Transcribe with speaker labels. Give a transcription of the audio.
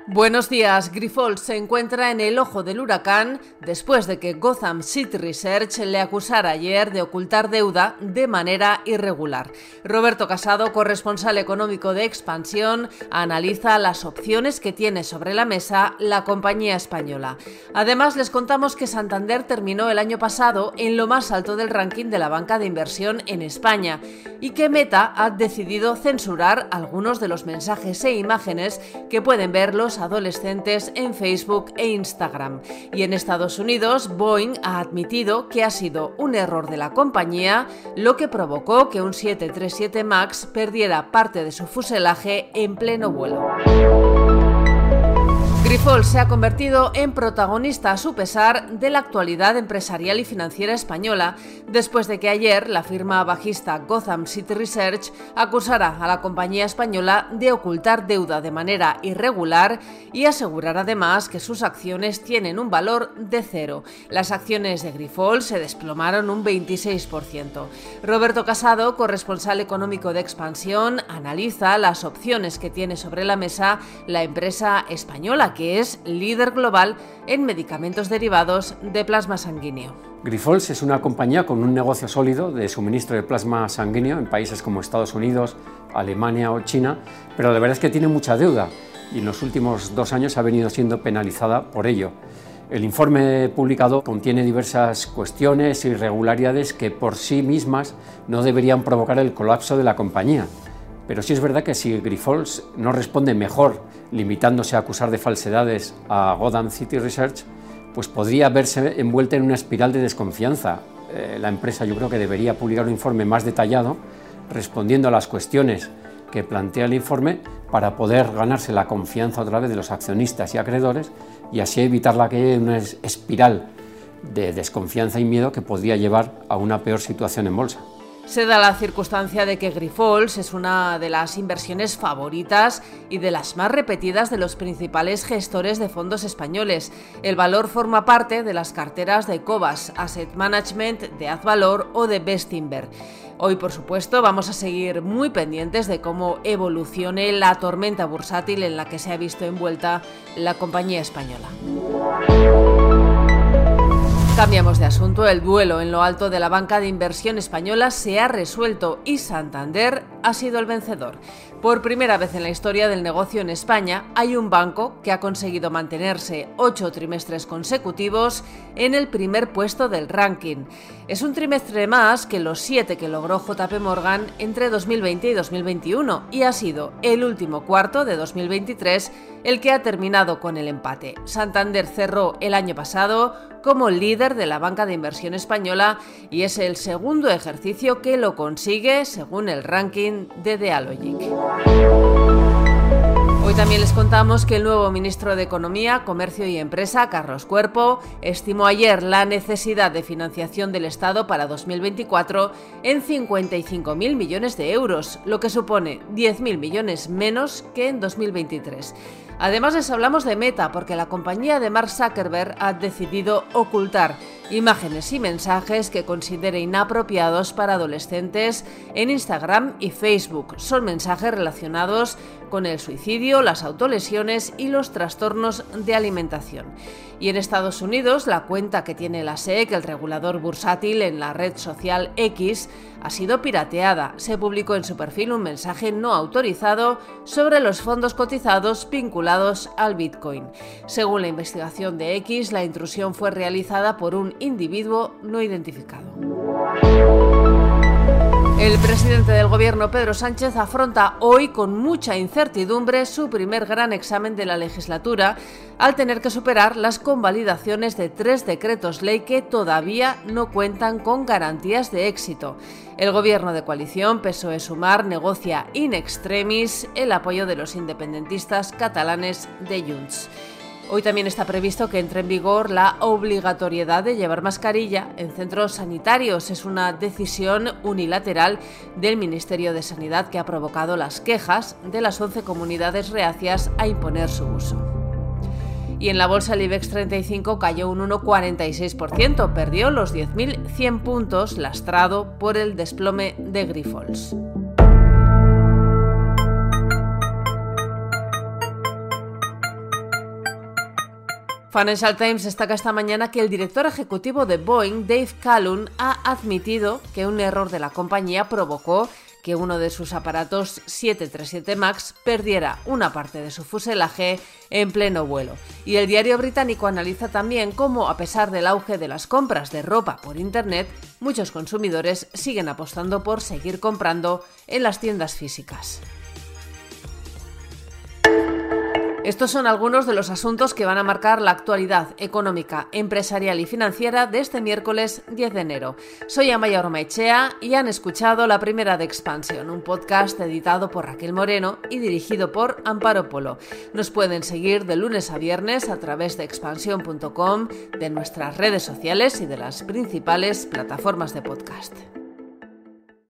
Speaker 1: Buenos días. Grifols se encuentra en el ojo del huracán después de que Gotham City Research le acusara ayer de ocultar deuda de manera irregular. Roberto Casado, corresponsal económico de Expansión, analiza las opciones que tiene sobre la mesa la compañía española. Además, les contamos que Santander terminó el año pasado en lo más alto del ranking de la banca de inversión en España y que Meta ha decidido censurar algunos de los mensajes e imágenes que pueden ver los adolescentes en Facebook e Instagram. Y en Estados Unidos, Boeing ha admitido que ha sido un error de la compañía lo que provocó que un 737 MAX perdiera parte de su fuselaje en pleno vuelo. Grifols se ha convertido en protagonista a su pesar de la actualidad empresarial y financiera española, después de que ayer la firma bajista Gotham City Research acusara a la compañía española de ocultar deuda de manera irregular y asegurar además que sus acciones tienen un valor de cero. Las acciones de Grifols se desplomaron un 26%. Roberto Casado, corresponsal económico de Expansión, analiza las opciones que tiene sobre la mesa la empresa española, que es líder global en medicamentos derivados de plasma sanguíneo.
Speaker 2: Grifols es una compañía con un negocio sólido de suministro de plasma sanguíneo en países como Estados Unidos, Alemania o China, pero la verdad es que tiene mucha deuda y en los últimos 2 años ha venido siendo penalizada por ello. El informe publicado contiene diversas cuestiones e irregularidades que por sí mismas no deberían provocar el colapso de la compañía. Pero sí es verdad que si Grifols no responde mejor limitándose a acusar de falsedades a Gotham City Research, pues podría verse envuelta en una espiral de desconfianza. La empresa yo creo que debería publicar un informe más detallado respondiendo a las cuestiones que plantea el informe para poder ganarse la confianza otra vez de los accionistas y acreedores y así evitar la caída de una espiral de desconfianza y miedo que podría llevar a una peor situación en bolsa.
Speaker 1: Se da la circunstancia de que Grifols es una de las inversiones favoritas y de las más repetidas de los principales gestores de fondos españoles. El valor forma parte de las carteras de Cobas Asset Management, de Azvalor o de Bestinver. Hoy, por supuesto, vamos a seguir muy pendientes de cómo evolucione la tormenta bursátil en la que se ha visto envuelta la compañía española. Cambiamos de asunto. El duelo en lo alto de la banca de inversión española se ha resuelto y Santander ha sido el vencedor. Por primera vez en la historia del negocio en España, hay un banco que ha conseguido mantenerse 8 trimestres consecutivos en el primer puesto del ranking. Es un trimestre más que los 7 que logró JP Morgan entre 2020 y 2021 y ha sido el último cuarto de 2023 el que ha terminado con el empate. Santander cerró el año pasado como líder de la banca de inversión española y es el segundo ejercicio que lo consigue según el ranking de Dealogic. Hoy también les contamos que el nuevo ministro de Economía, Comercio y Empresa, Carlos Cuerpo, estimó ayer la necesidad de financiación del Estado para 2024 en 55.000 millones de euros, lo que supone 10.000 millones menos que en 2023. Además, les hablamos de Meta porque la compañía de Mark Zuckerberg ha decidido ocultar imágenes y mensajes que considere inapropiados para adolescentes en Instagram y Facebook. Son mensajes relacionados con el suicidio, las autolesiones y los trastornos de alimentación. Y en Estados Unidos, la cuenta que tiene la SEC, el regulador bursátil en la red social X, ha sido pirateada. Se publicó en su perfil un mensaje no autorizado sobre los fondos cotizados vinculados al Bitcoin. Según la investigación de X, la intrusión fue realizada por un individuo no identificado. El presidente del gobierno, Pedro Sánchez, afronta hoy con mucha incertidumbre su primer gran examen de la legislatura, al tener que superar las convalidaciones de 3 decretos ley que todavía no cuentan con garantías de éxito. El gobierno de coalición PSOE-Sumar negocia in extremis el apoyo de los independentistas catalanes de Junts. Hoy también está previsto que entre en vigor la obligatoriedad de llevar mascarilla en centros sanitarios. Es una decisión unilateral del Ministerio de Sanidad que ha provocado las quejas de las 11 comunidades reacias a imponer su uso. Y en la bolsa el IBEX 35 cayó un 1,46%, perdió los 10.100 puntos lastrado por el desplome de Grifols. Financial Times destaca esta mañana que el director ejecutivo de Boeing, Dave Calhoun, ha admitido que un error de la compañía provocó que uno de sus aparatos 737 MAX perdiera una parte de su fuselaje en pleno vuelo. Y el diario británico analiza también cómo, a pesar del auge de las compras de ropa por Internet, muchos consumidores siguen apostando por seguir comprando en las tiendas físicas. Estos son algunos de los asuntos que van a marcar la actualidad económica, empresarial y financiera de este miércoles 10 de enero. Soy Amaia Ormaechea y han escuchado La Primera de Expansión, un podcast editado por Raquel Moreno y dirigido por Amparo Polo. Nos pueden seguir de lunes a viernes a través de expansión.com, de nuestras redes sociales y de las principales plataformas de podcast.